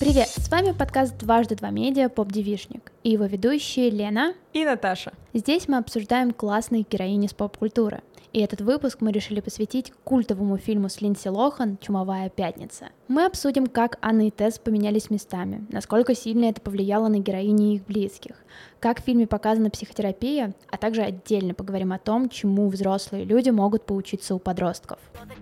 Привет, с вами подкаст «Дважды два медиа. Поп-девишник» и его ведущие Лена и Наташа. Здесь мы обсуждаем классные героини с поп-культуры. И этот выпуск мы решили посвятить культовому фильму с Линдси Лохан «Чумовая пятница». Мы обсудим, как Анна и Тесс поменялись местами, насколько сильно это повлияло на героини и их близких, как в фильме показана психотерапия, а также отдельно поговорим о том, чему взрослые люди могут поучиться у подростков.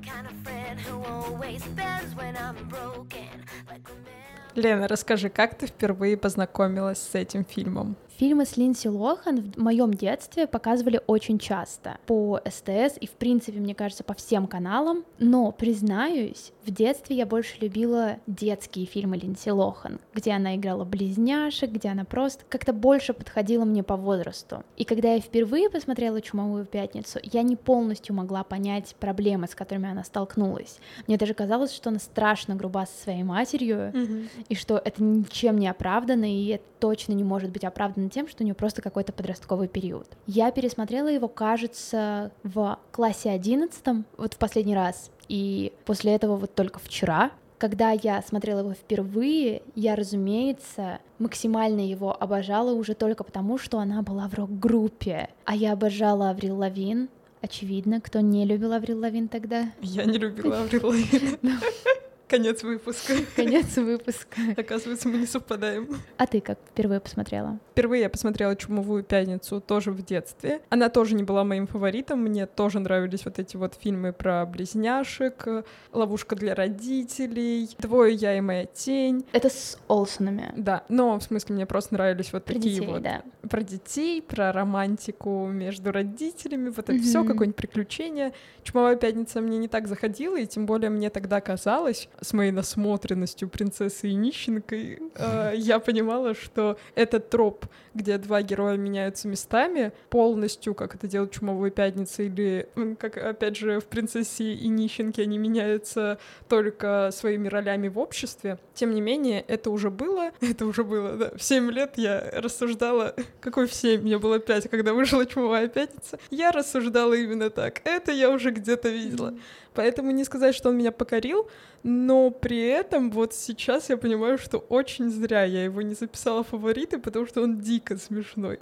Лена, расскажи, как ты впервые познакомилась с этим фильмом? Фильмы с Линдси Лохан в моем детстве показывали очень часто по СТС и, в принципе, мне кажется, по всем каналам, но, признаюсь, в детстве я больше любила детские фильмы Линдси Лохан, где она играла близняшек, где она просто как-то больше подходила мне по возрасту. И когда я впервые посмотрела «Чумовую пятницу», я не полностью могла понять проблемы, с которыми она столкнулась. Мне даже казалось, что она страшно груба со своей матерью, и что это ничем не оправдано, и это точно не может быть оправдано тем, что у нее просто какой-то подростковый период. Я пересмотрела его, кажется, в классе 11, вот в последний раз, и после этого вот только вчера. Когда я смотрела его впервые, я, разумеется, максимально его обожала уже только потому, что она была в рок-группе, а я обожала Аврил Лавин. Очевидно, кто не любил Аврил Лавин тогда? Я не любила Аврил Лавин. Конец выпуска. Конец выпуска. Оказывается, мы не совпадаем. А ты как впервые посмотрела? Впервые я посмотрела «Чумовую пятницу» тоже в детстве. Она тоже не была моим фаворитом. Мне тоже нравились вот эти вот фильмы про близняшек, «Ловушка для родителей», «Двое я и моя тень». Это с Олсонами. Да, но в смысле мне просто нравились вот про такие детей, вот. Да. Про детей, про романтику между родителями, вот это все какое-нибудь приключение. «Чумовая пятница» мне не так заходила, и тем более мне тогда казалось, с моей насмотренностью принцессы и нищенкой, я понимала, что этот троп, где два героя меняются местами, полностью, как это делает «Чумовая пятница», или, как, опять же, в «Принцессе и нищенке» они меняются только своими ролями в обществе. Тем не менее, это уже было, да. В 7 лет я рассуждала, какой в 7, мне было 5, когда вышла «Чумовая пятница», я рассуждала именно так. Это я уже где-то видела. Поэтому не сказать, что он меня покорил, но при этом вот сейчас я понимаю, что очень зря я его не записала в фавориты, потому что он дико смешной.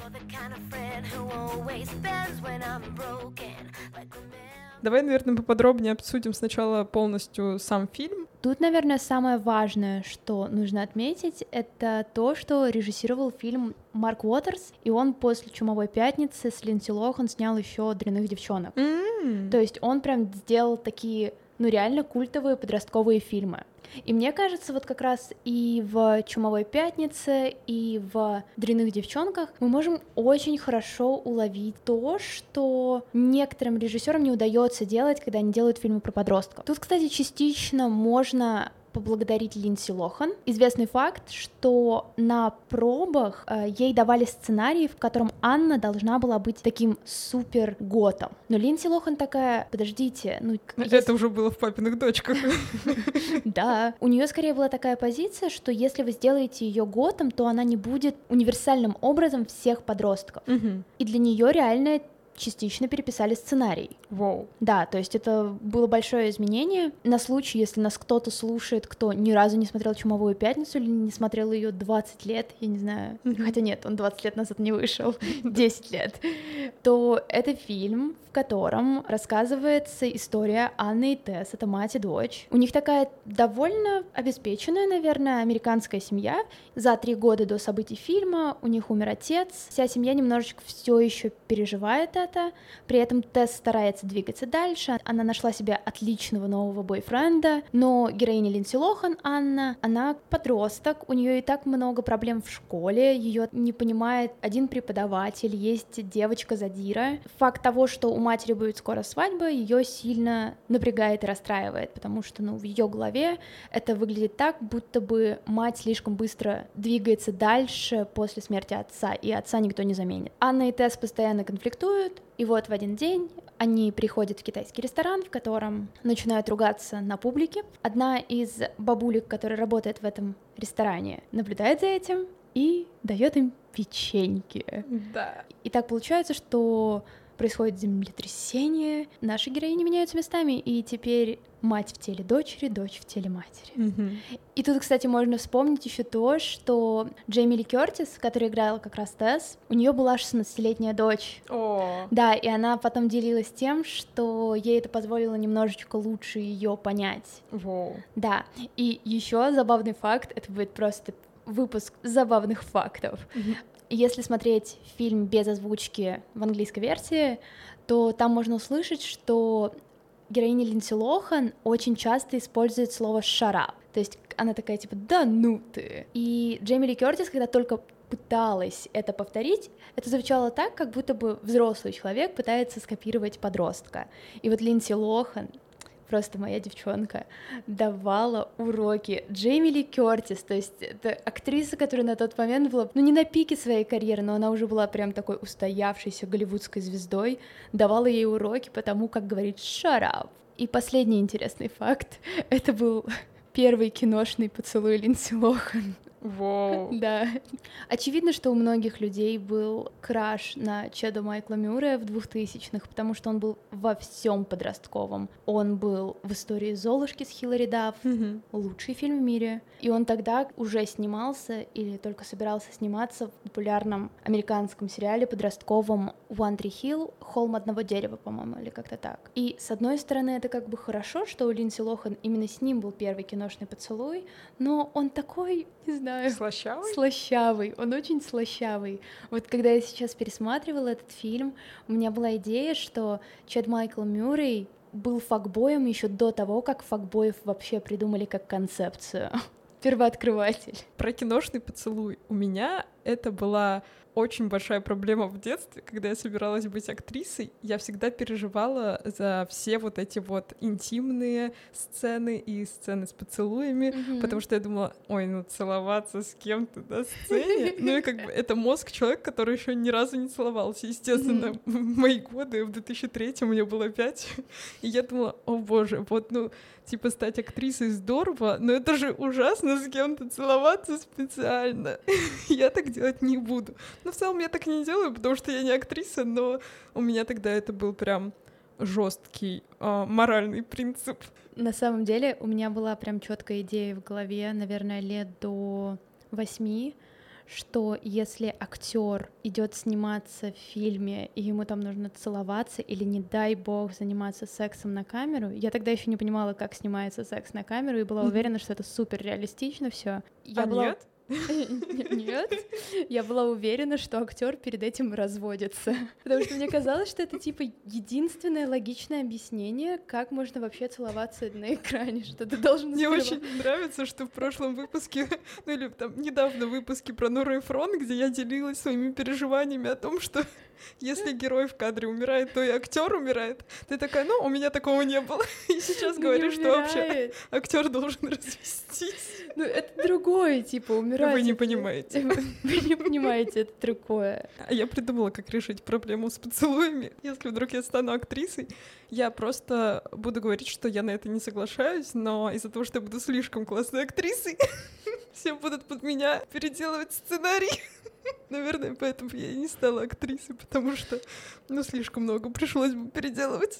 Давай, наверное, поподробнее обсудим сначала полностью сам фильм. Тут, наверное, самое важное, что нужно отметить, это то, что режиссировал фильм Марк Уотерс, и он после «Чумовой пятницы» с Линдси Лохан снял еще «Дрянных девчонок». То есть он прям сделал такие, реально культовые подростковые фильмы. И мне кажется, вот как раз и в «Чумовой пятнице», и в «Дрянных девчонках» мы можем очень хорошо уловить то, что некоторым режиссерам не удается делать, когда они делают фильмы про подростков. Тут, кстати, частично можно поблагодарить Линдси Лохан. Известный факт, что на пробах ей давали сценарий, в котором Анна должна была быть таким супер-готом. Но Линдси Лохан такая: подождите, Это уже было в «Папиных дочках». Да, у нее скорее была такая позиция, что если вы сделаете ее готом, то она не будет универсальным образом всех подростков. И для нее реально частично переписали сценарий. Wow. Да, то есть это было большое изменение. На случай, если нас кто-то слушает, кто ни разу не смотрел «Чумовую пятницу» или не смотрел ее 20 лет, я не знаю, хотя нет, он 20 лет назад не вышел, 10 лет, то это фильм, в котором рассказывается история Анны и Тесс, это мать и дочь. У них такая довольно обеспеченная, наверное, американская семья. За 3 года до событий фильма у них умер отец, вся семья немножечко все еще переживает это, при этом Тесс старается двигаться дальше, она нашла себе отличного нового бойфренда, но героиня Линдси Лохан, Анна, она подросток, у нее и так много проблем в школе, ее не понимает один преподаватель, есть девочка-задира. Факт того, что у матери будет скоро свадьба, ее сильно напрягает и расстраивает, потому что, в ее голове это выглядит так, будто бы мать слишком быстро двигается дальше после смерти отца, и отца никто не заменит. Анна и Тесс постоянно конфликтуют, и вот в один день они приходят в китайский ресторан, в котором начинают ругаться на публике. Одна из бабулек, которая работает в этом ресторане, наблюдает за этим и дает им печеньки. Да. И так получается, что происходит землетрясение, наши героини меняются местами, и теперь мать в теле дочери, дочь в теле матери. И тут, кстати, можно вспомнить еще то, что Джейми Ли Кёртис, которая играла как раз Тесс, у нее была 16-летняя дочь. Да, и она потом делилась тем, что ей это позволило немножечко лучше ее понять. Да, и еще забавный факт, это будет просто выпуск забавных фактов. Если смотреть фильм без озвучки в английской версии, то там можно услышать, что героиня Линдси Лохан очень часто использует слово «shut up», то есть она такая типа «да ну ты». И Джейми Ли Кёртис, когда только пыталась это повторить, это звучало так, как будто бы взрослый человек пытается скопировать подростка. И вот Линдси Лохан, просто моя девчонка, давала уроки Джейми Ли Кёртис, то есть это актриса, которая на тот момент была, не на пике своей карьеры, но она уже была прям такой устоявшейся голливудской звездой, давала ей уроки по тому, как говорить «shut up». И последний интересный факт, это был первый киношный поцелуй Линдси Лохан. Да. Очевидно, что у многих людей был краш на Чеда Майкла Мюррея в 2000-х, потому что он был во всем подростковом. Он был в «Истории Золушки» с Хилари Дафф, лучший фильм в мире. И он тогда уже снимался или только собирался сниматься в популярном американском сериале подростковом «One Tree Hill», «Холм одного дерева», по-моему, или как-то так. И, с одной стороны, это как бы хорошо, что у Линдси Лохан именно с ним был первый киношный поцелуй, но он такой, не знаю... Слащавый, он очень слащавый. Вот когда я сейчас пересматривала этот фильм, у меня была идея, что Чед Майкл Мюррей был факбоем еще до того, как факбоев вообще придумали как концепцию. Первооткрыватель. Про киношный поцелуй. У меня это была очень большая проблема в детстве, когда я собиралась быть актрисой. Я всегда переживала за все вот эти вот интимные сцены и сцены с поцелуями, потому что я думала, ой, целоваться с кем-то на сцене, ну и как бы это мозг человека, который еще ни разу не целовался. Естественно, в мои годы, в 2003-м мне было 5, и я думала, о боже, вот, типа стать актрисой здорово, но это же ужасно с кем-то целоваться специально. Я так делать не буду. В целом я так не делаю, потому что я не актриса, но у меня тогда это был прям жесткий моральный принцип. На самом деле у меня была прям четкая идея в голове, наверное, лет до 8, что если актер идет сниматься в фильме, и ему там нужно целоваться или, не дай бог, заниматься сексом на камеру, я тогда еще не понимала, как снимается секс на камеру, и была уверена, что это супер реалистично все. Нет? Нет, я была уверена, что актер перед этим разводится, потому что мне казалось, что это типа единственное логичное объяснение, как можно вообще целоваться на экране, что ты должен... Мне очень нравится, что в прошлом выпуске, или там недавно выпуске про Нору Эфрон, где я делилась своими переживаниями о том, что если герой в кадре умирает, то и актер умирает. Ты такая, у меня такого не было. И сейчас говоришь, что вообще актер должен развестись. Это другое, типа, умирать. Вы не понимаете. Вы не понимаете, это другое. А я придумала, как решить проблему с поцелуями. Если вдруг я стану актрисой, я просто буду говорить, что я на это не соглашаюсь, но из-за того, что я буду слишком классной актрисой, все будут под меня переделывать сценарий. Наверное, поэтому я и не стала актрисой, потому что, слишком много пришлось бы переделывать.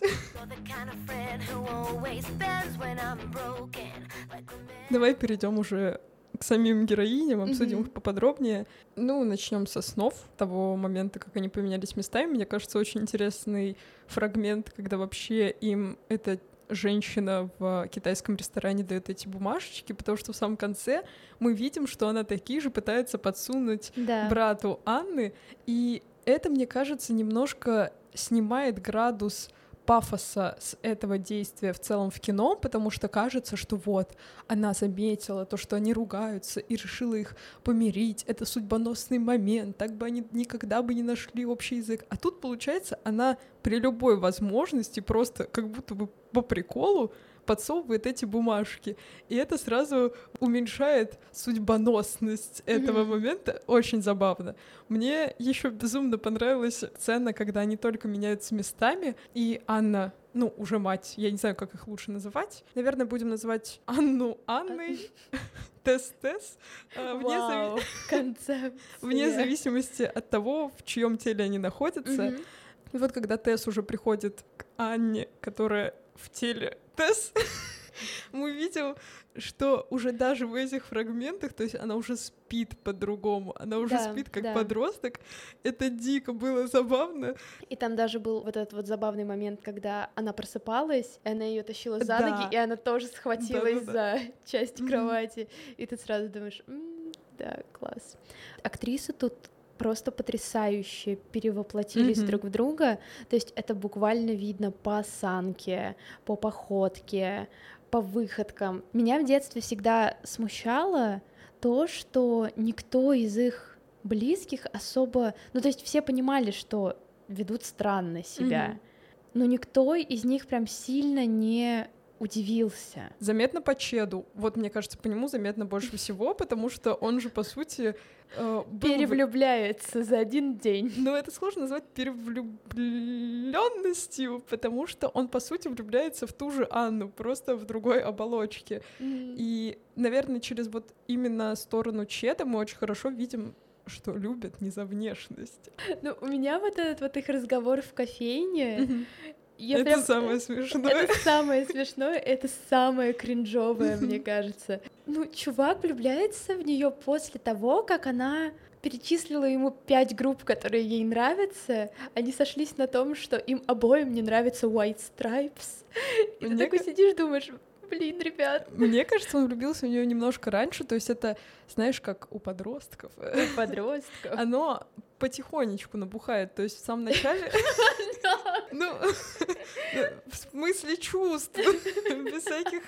Давай перейдем уже к самим героиням, обсудим их поподробнее. Начнем со снов, того момента, как они поменялись местами. Мне кажется, очень интересный фрагмент, когда вообще им эта женщина в китайском ресторане дает эти бумажечки, потому что в самом конце мы видим, что она такие же пытается подсунуть брату Анны, и это, мне кажется, немножко снимает градус пафоса с этого действия в целом в кино, потому что кажется, что вот, она заметила то, что они ругаются, и решила их помирить, это судьбоносный момент, так бы они никогда бы не нашли общий язык. А тут, получается, она при любой возможности просто как будто бы по приколу подсовывает эти бумажки, и это сразу уменьшает судьбоносность этого момента. Очень забавно. Мне еще безумно понравилась сцена, когда они только меняются местами, и Анна, уже мать, я не знаю, как их лучше называть. Наверное, будем называть Анну Анной, Тесс, вне зависимости от того, в чьем теле они находятся. И вот когда Тесс уже приходит к Анне, которая в теле Тесс, мы видим, что уже даже в этих фрагментах, то есть она уже спит по-другому, она уже спит как подросток. Это дико было забавно. И там даже был вот этот вот забавный момент, когда она просыпалась, и она ее тащила за ноги, и она тоже схватилась за часть кровати. И ты сразу думаешь, да, класс. Актрисы тут просто потрясающе перевоплотились друг в друга. То есть это буквально видно по осанке, по походке, по выходкам. Меня в детстве всегда смущало то, что никто из их близких особо... Ну, то есть все понимали, что ведут странно себя, но никто из них прям сильно не удивился. Заметно по Чеду. Вот, мне кажется, по нему заметно больше всего, потому что он же, по сути... перевлюбляется за один день. Но это сложно назвать перевлюбленностью, потому что он, по сути, влюбляется в ту же Анну, просто в другой оболочке. И, наверное, через вот именно сторону Чеда мы очень хорошо видим, что любят не за внешность. Ну, у меня вот этот вот их разговор в кофейне... Это самое смешное. Это самое смешное, это самое кринжовое, мне кажется. Ну, чувак влюбляется в нее после того, как она перечислила ему 5 групп, которые ей нравятся. Они сошлись на том, что им обоим не нравится White Stripes. И ты такой сидишь, думаешь... Блин, ребят. Мне кажется, он влюбился в нее немножко раньше, то есть это, знаешь, как у подростков. У подростков. Оно потихонечку набухает, то есть в самом начале... Ну, в смысле чувств, без всяких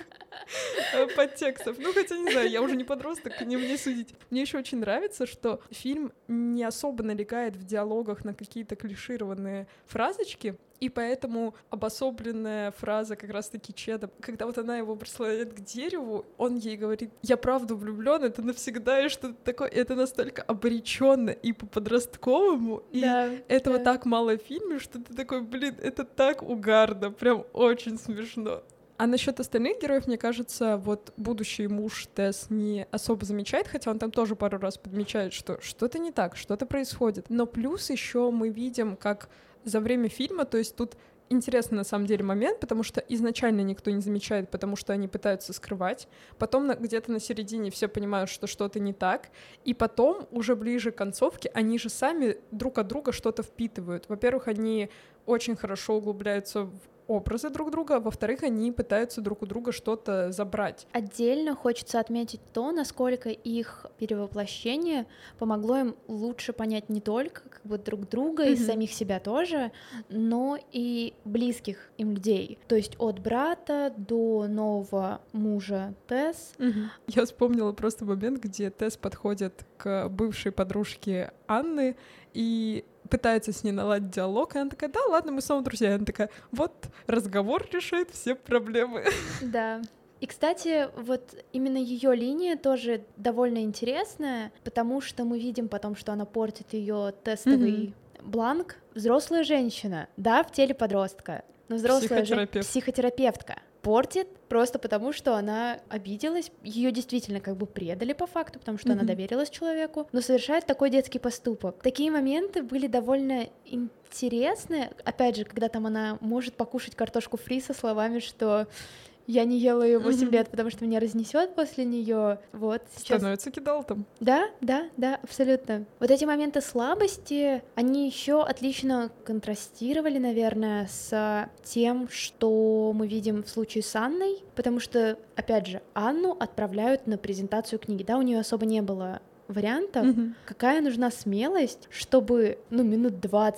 подтекстов. Ну, хотя, не знаю, я уже не подросток, не мне судить. Мне еще очень нравится, что фильм не особо налегает в диалогах на какие-то клишированные фразочки, и поэтому обособленная фраза как раз-таки Чеда, когда вот она его прислоняет к дереву, он ей говорит: «Я правда влюблён, это навсегда», и что-то такое. Это настолько обречённо и по-подростковому, и этого так мало в фильме, что ты такой, блин, это так угарно, прям очень смешно. А насчет остальных героев, мне кажется, вот будущий муж Тесс не особо замечает, хотя он там тоже пару раз подмечает, что что-то не так, что-то происходит. Но плюс еще мы видим, как за время фильма, то есть тут интересный на самом деле момент, потому что изначально никто не замечает, потому что они пытаются скрывать, потом где-то на середине все понимают, что что-то не так, и потом уже ближе к концовке они же сами друг от друга что-то впитывают. Во-первых, они очень хорошо углубляются в образы друг друга, а во-вторых, они пытаются друг у друга что-то забрать. Отдельно хочется отметить то, насколько их перевоплощение помогло им лучше понять не только как бы друг друга и самих себя тоже, но и близких им людей. То есть от брата до нового мужа Тесс. Я вспомнила просто момент, где Тесс подходит к бывшей подружке Анны и пытается с ней наладить диалог, и она такая: да, ладно, мы снова друзья. И она такая: вот, разговор решает все проблемы. Да. И, кстати, вот именно ее линия тоже довольно интересная, потому что мы видим потом, что она портит ее тестовый бланк. Взрослая женщина, да, в теле подростка, но взрослая психотерапевтка портит просто потому, что она обиделась, ее действительно как бы предали по факту, потому что она доверилась человеку, но совершает такой детский поступок. Такие моменты были довольно интересны, опять же, когда там она может покушать картошку фри со словами, что я не ела ее 8 лет, потому что меня разнесет после нее. Вот сейчас. Становится кидалтом. Да, абсолютно. Вот эти моменты слабости, они еще отлично контрастировали, наверное, с тем, что мы видим в случае с Анной, потому что, опять же, Анну отправляют на презентацию книги, да, у нее особо не было вариантов. Какая нужна смелость, чтобы, минут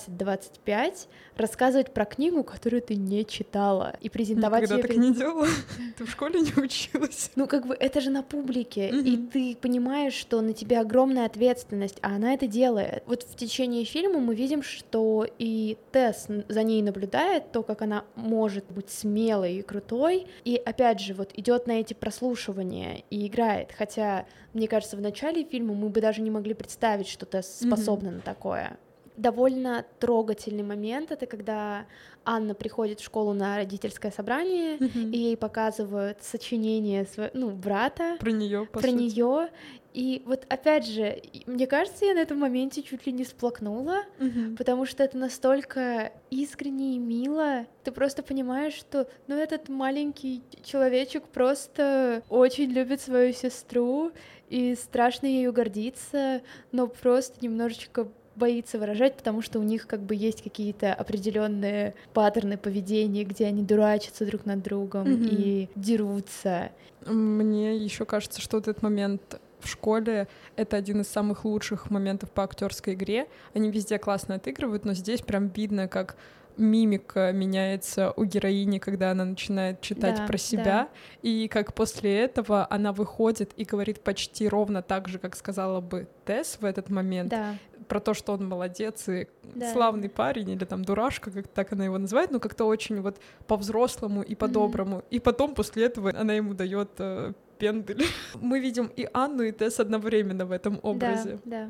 20-25 рассказывать про книгу, которую ты не читала, и презентовать её. Никогда так не делала. Ты в школе не училась. Это же на публике, и ты понимаешь, что на тебе огромная ответственность, а она это делает. Вот в течение фильма мы видим, что и Тесс за ней наблюдает, то, как она может быть смелой и крутой, и опять же, вот идет на эти прослушивания и играет, хотя, мне кажется, в начале фильма мы бы даже не могли представить, что Тесс способна на такое. довольно трогательный момент. Это когда Анна приходит в школу на родительское собрание, и ей показывают сочинение брата про нее, И вот опять же, мне кажется, я на этом моменте чуть ли не всплакнула, потому что это настолько искренне и мило. Ты просто понимаешь, что этот маленький человечек просто очень любит свою сестру и страшно ею гордиться, но просто немножечко боится выражать, потому что у них как бы есть какие-то определенные паттерны поведения, где они дурачатся друг над другом и дерутся. Мне еще кажется, что вот этот момент в школе — это один из самых лучших моментов по актерской игре. Они везде классно отыгрывают, но здесь прям видно, как мимика меняется у героини, когда она начинает читать про себя, и как после этого она выходит и говорит почти ровно так же, как сказала бы Тесс в этот момент, про то, что он молодец и славный парень, или там дурашка, как так она его называет, но как-то очень вот по-взрослому и по-доброму. И потом после этого она ему дает пендель. Мы видим и Анну, и Тесс одновременно в этом образе. Да.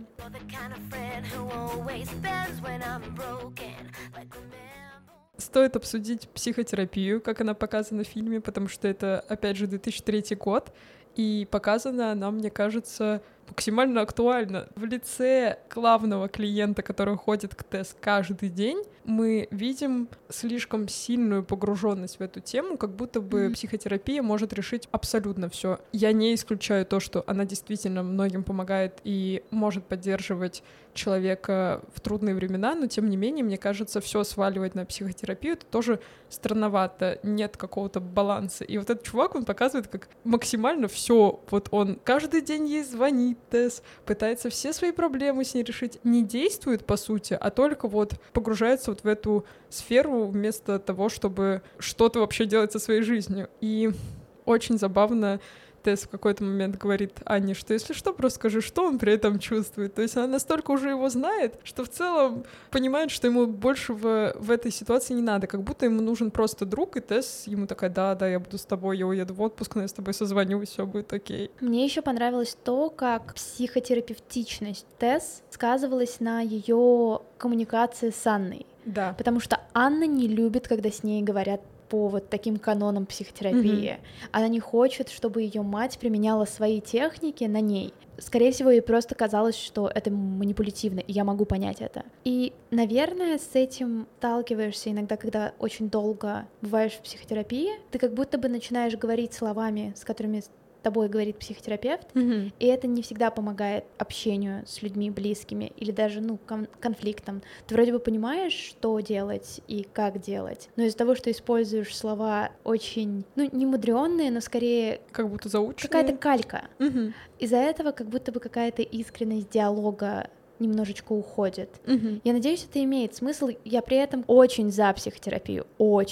Стоит обсудить психотерапию, как она показана в фильме, потому что это, опять же, 2003 год, и показана она, мне кажется, максимально актуально. В лице главного клиента, который ходит к Тесс каждый день, мы видим слишком сильную погруженность в эту тему, как будто бы психотерапия может решить абсолютно все. Я не исключаю то, что она действительно многим помогает и может поддерживать человека в трудные времена, но тем не менее, мне кажется, все сваливать на психотерапию — это тоже странновато, нет какого-то баланса. И вот этот чувак, он показывает, как максимально все. Вот он каждый день ей звонит, Тесс, пытается все свои проблемы с ней решить, не действует, по сути, а только вот погружается вот в эту сферу вместо того, чтобы что-то вообще делать со своей жизнью. И очень забавно Тесс в какой-то момент говорит Анне, что если что, просто скажи, что он при этом чувствует. То есть она настолько уже его знает, что в целом понимает, что ему больше в этой ситуации не надо, как будто ему нужен просто друг, и Тесс ему такая: да, я буду с тобой, я уеду в отпуск, но я с тобой созвонюсь, все будет окей. Мне еще понравилось то, как психотерапевтичность Тесс сказывалась на ее коммуникации с Анной. Да. Потому что Анна не любит, когда с ней говорят по вот таким канонам психотерапии. Она не хочет, чтобы ее мать применяла свои техники на ней. Скорее всего, ей просто казалось, что это манипулятивно, и я могу понять это. И, наверное, с этим сталкиваешься иногда, когда очень долго бываешь в психотерапии, ты как будто бы начинаешь говорить словами, с которыми тобой говорит психотерапевт, и это не всегда помогает общению с людьми близкими или даже, конфликтам. Ты вроде бы понимаешь, что делать и как делать, но из-за того, что используешь слова очень, не мудрённые, но скорее как будто заученные. Какая-то калька. Из-за этого как будто бы какая-то искренность диалога немножечко уходит. Я надеюсь, это имеет смысл. Я при этом очень за психотерапию,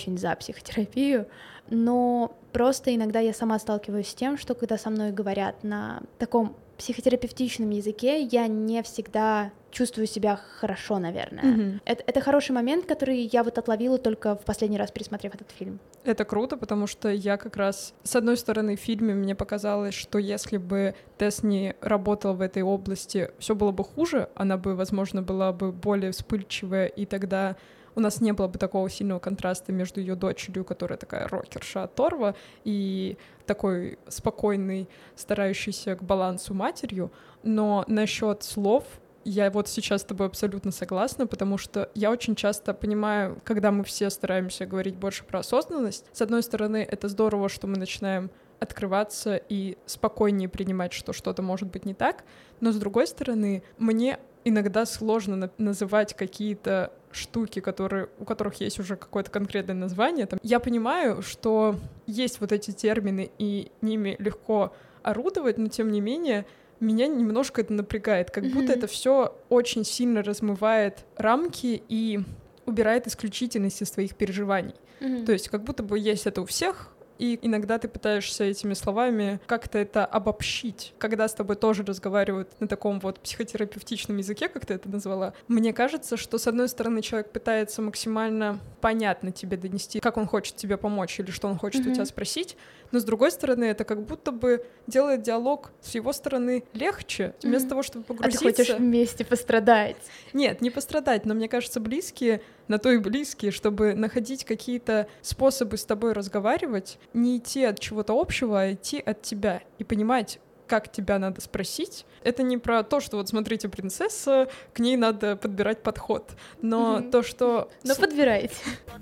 но просто иногда я сама сталкиваюсь с тем, что когда со мной говорят на таком психотерапевтичном языке, я не всегда чувствую себя хорошо, наверное. Это хороший момент, который я вот отловила только в последний раз, пересмотрев этот фильм. Это круто, потому что я как раз, с одной стороны, в фильме мне показалось, что если бы Тесс не работала в этой области, все было бы хуже, она бы, возможно, была бы более вспыльчивая, и тогда у нас не было бы такого сильного контраста между ее дочерью, которая такая рокерша оторва, и такой спокойной, старающейся к балансу матерью. Но насчет слов я вот сейчас с тобой абсолютно согласна, потому что я очень часто понимаю, когда мы все стараемся говорить больше про осознанность, с одной стороны, это здорово, что мы начинаем открываться и спокойнее принимать, что что-то может быть не так, но с другой стороны, мне иногда сложно называть какие-то штуки, у которых есть уже какое-то конкретное название. Я понимаю, что есть вот эти термины, и ними легко орудовать, но тем не менее меня немножко это напрягает, как будто это все очень сильно размывает рамки и убирает исключительность из твоих переживаний. То есть как будто бы есть это у всех, и иногда ты пытаешься этими словами как-то это обобщить. Когда с тобой тоже разговаривают на таком вот психотерапевтичном языке, как ты это назвала, мне кажется, что, с одной стороны, человек пытается максимально понятно тебе донести, как он хочет тебе помочь или что он хочет у тебя спросить, но с другой стороны это как будто бы делает диалог с его стороны легче, вместо того, чтобы погрузиться. А ты хочешь вместе пострадать? Нет, не пострадать, но мне кажется, близкие на то и близкие, чтобы находить какие-то способы с тобой разговаривать, не идти от чего-то общего, а идти от тебя и понимать, как тебя надо спросить. Это не про то, что вот смотрите, принцесса, к ней надо подбирать подход, но то, что... Но подбирайте.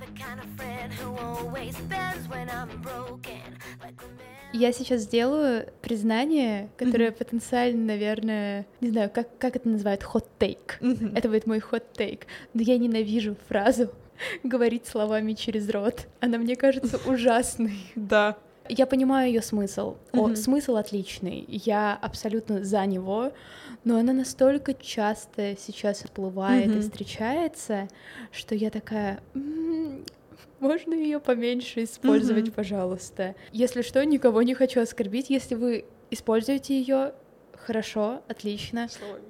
Я сейчас сделаю признание, которое потенциально, наверное, не знаю, как это называют, hot-take. Это будет мой hot-take. Но я ненавижу фразу «говорить словами через рот». Она мне кажется ужасной. Да. Я понимаю ее смысл. Смысл отличный. Я абсолютно за него, но она настолько часто сейчас всплывает и встречается, что я такая... Можно ее поменьше использовать, пожалуйста. Если что, никого не хочу оскорбить. Если вы используете ее, хорошо, отлично.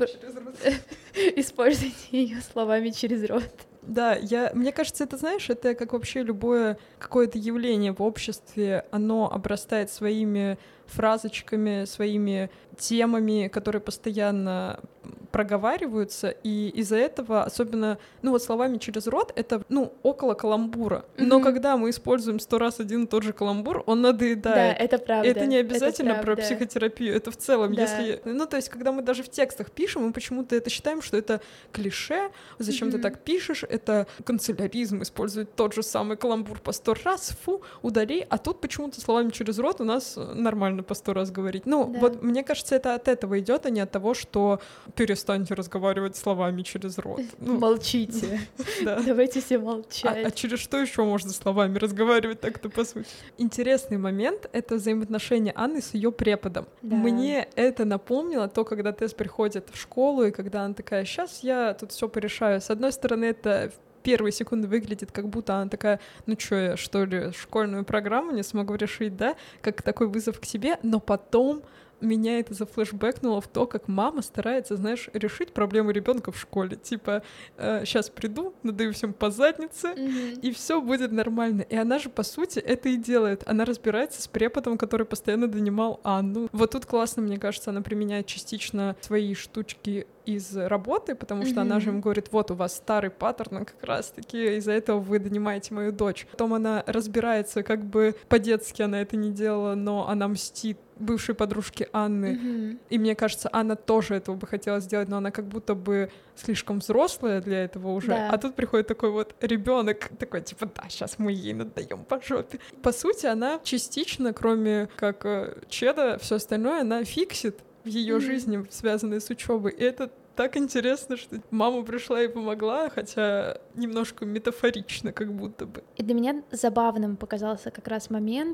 Используйте ее словами через рот. Да, мне кажется, это, знаешь, это как вообще любое какое-то явление в обществе, оно обрастает своими фразочками, своими темами, которые постоянно проговариваются, и из-за этого, особенно, словами через рот, это, около каламбура. Но когда мы используем 100 раз один и тот же каламбур, он надоедает. Да, это правда. Это не обязательно про психотерапию, это в целом, да. если... то есть, когда мы даже в текстах пишем, мы почему-то это считаем, что это клише, зачем ты так пишешь, это канцеляризм, использовать тот же самый каламбур по 100 раз, удали, а тут почему-то словами через рот у нас нормально по 100 раз говорить. Вот мне кажется, это от этого идет, а не от того, что перестаньте разговаривать словами через рот. Молчите. Давайте все молчать. А через что еще можно словами разговаривать так-то, по сути? Интересный момент — это взаимоотношения Анны с ее преподом. Да. Мне это напомнило то, когда Тесс приходит в школу, и когда она такая: сейчас я тут все порешаю. С одной стороны, это первые секунды выглядит, как будто она такая: ну что, я, что ли, школьную программу не смогу решить, да? Как такой вызов к себе, но потом меня это зафлешбэкнуло в то, как мама старается, знаешь, решить проблему ребенка в школе. Типа, сейчас приду, надаю всем по заднице, и все будет нормально. И она же, по сути, это и делает. Она разбирается с преподом, который постоянно донимал Анну. Вот тут классно, мне кажется, она применяет частично свои штучки из работы, потому что она же им говорит: вот у вас старый паттерн, как раз-таки из-за этого вы донимаете мою дочь. Потом она разбирается, как бы по-детски она это не делала, но она мстит бывшей подружке Анны. И мне кажется, Анна тоже этого бы хотела сделать, но она как будто бы слишком взрослая для этого уже. Да. А тут приходит такой вот ребенок, такой типа: да, сейчас мы ей надаем по жопе. По сути, она частично, кроме как чеда, все остальное она фиксит в ее жизни, связанной с учебой. И это так интересно, что мама пришла и помогла, хотя немножко метафорично, как будто бы. И для меня забавным показался как раз момент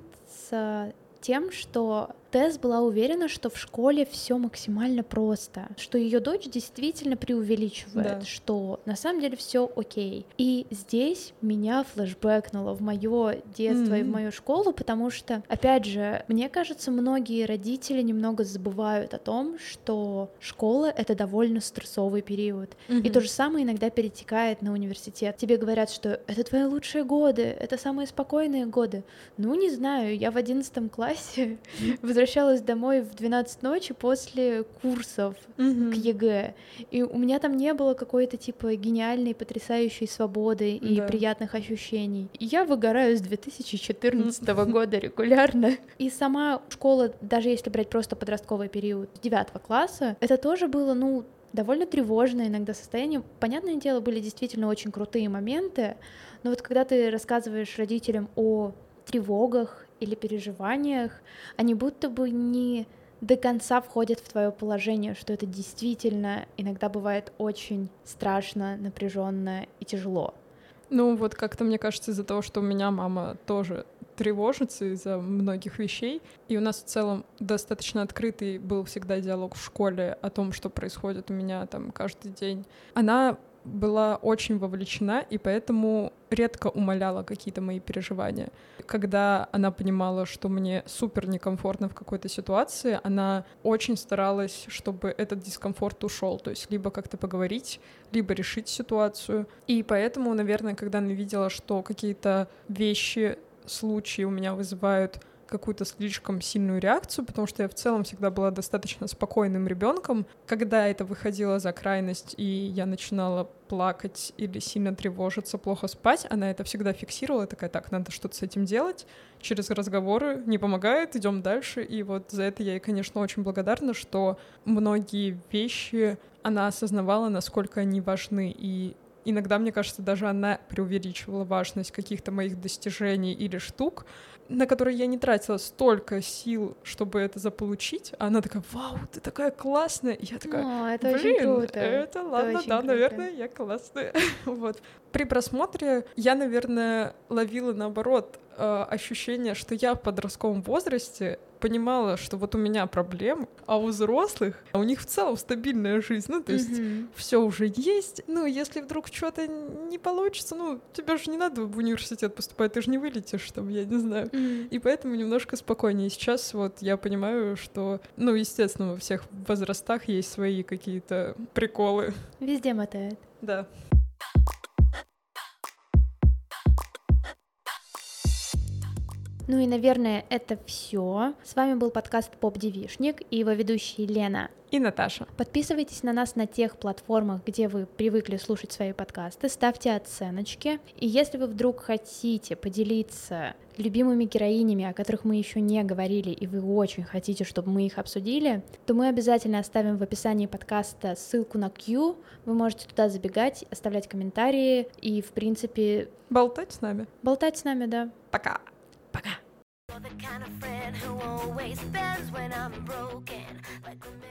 с тем, что Тесс была уверена, что в школе все максимально просто, что ее дочь действительно преувеличивает, что на самом деле все окей. И здесь меня флешбэкнуло в мое детство и в мою школу, потому что, опять же, мне кажется, многие родители немного забывают о том, что школа — это довольно стрессовый период. И то же самое иногда перетекает на университет. Тебе говорят, что это твои лучшие годы, это самые спокойные годы. Ну, не знаю, я в 11 классе возвращалась домой в 12 ночи после курсов к ЕГЭ, и у меня там не было какой-то типа гениальной, потрясающей свободы и приятных ощущений. И я выгораю с 2014 года регулярно. И сама школа, даже если брать просто подростковый период, с 9 класса, это тоже было, довольно тревожное иногда состояние. Понятное дело, были действительно очень крутые моменты, но вот когда ты рассказываешь родителям о тревогах или переживаниях, они будто бы не до конца входят в твое положение, что это действительно иногда бывает очень страшно, напряженно и тяжело. Вот как-то, мне кажется, из-за того, что у меня мама тоже тревожится из-за многих вещей, и у нас в целом достаточно открытый был всегда диалог в школе о том, что происходит у меня там каждый день. Она была очень вовлечена, и поэтому редко умаляла какие-то мои переживания. Когда она понимала, что мне супер некомфортно в какой-то ситуации, она очень старалась, чтобы этот дискомфорт ушел, то есть либо как-то поговорить, либо решить ситуацию. И поэтому, наверное, когда она видела, что какие-то вещи, случаи у меня вызывают какую-то слишком сильную реакцию, потому что я в целом всегда была достаточно спокойным ребенком. Когда это выходило за крайность, и я начинала плакать или сильно тревожиться, плохо спать, она это всегда фиксировала, такая: так, надо что-то с этим делать. Через разговоры не помогает, идем дальше. И вот за это я ей, конечно, очень благодарна, что многие вещи она осознавала, насколько они важны. И иногда, мне кажется, даже она преувеличивала важность каких-то моих достижений или штук, на которые я не тратила столько сил, чтобы это заполучить. А она такая: вау, ты такая классная. И я такая: это очень круто. Это ладно, да, круто. Наверное, я классная. Вот. При просмотре я, наверное, ловила, наоборот, ощущение, что я в подростковом возрасте понимала, что вот у меня проблемы, а у взрослых, у них в целом стабильная жизнь, ну, то есть все уже есть, ну, если вдруг что-то не получится, ну, тебе же не надо в университет поступать, ты же не вылетишь там, я не знаю, и поэтому немножко спокойнее. Сейчас вот я понимаю, что, ну, естественно, во всех возрастах есть свои какие-то приколы. Везде мотает. Да. Ну и, наверное, это все. С вами был подкаст «Поп-девишник» и его ведущие Лена и Наташа. Подписывайтесь на нас на тех платформах, где вы привыкли слушать свои подкасты, ставьте оценочки. И если вы вдруг хотите поделиться любимыми героинями, о которых мы еще не говорили, и вы очень хотите, чтобы мы их обсудили, то мы обязательно оставим в описании подкаста ссылку на Q. Вы можете туда забегать, оставлять комментарии и, в принципе... Болтать с нами. Болтать с нами, да. Пока. Пока.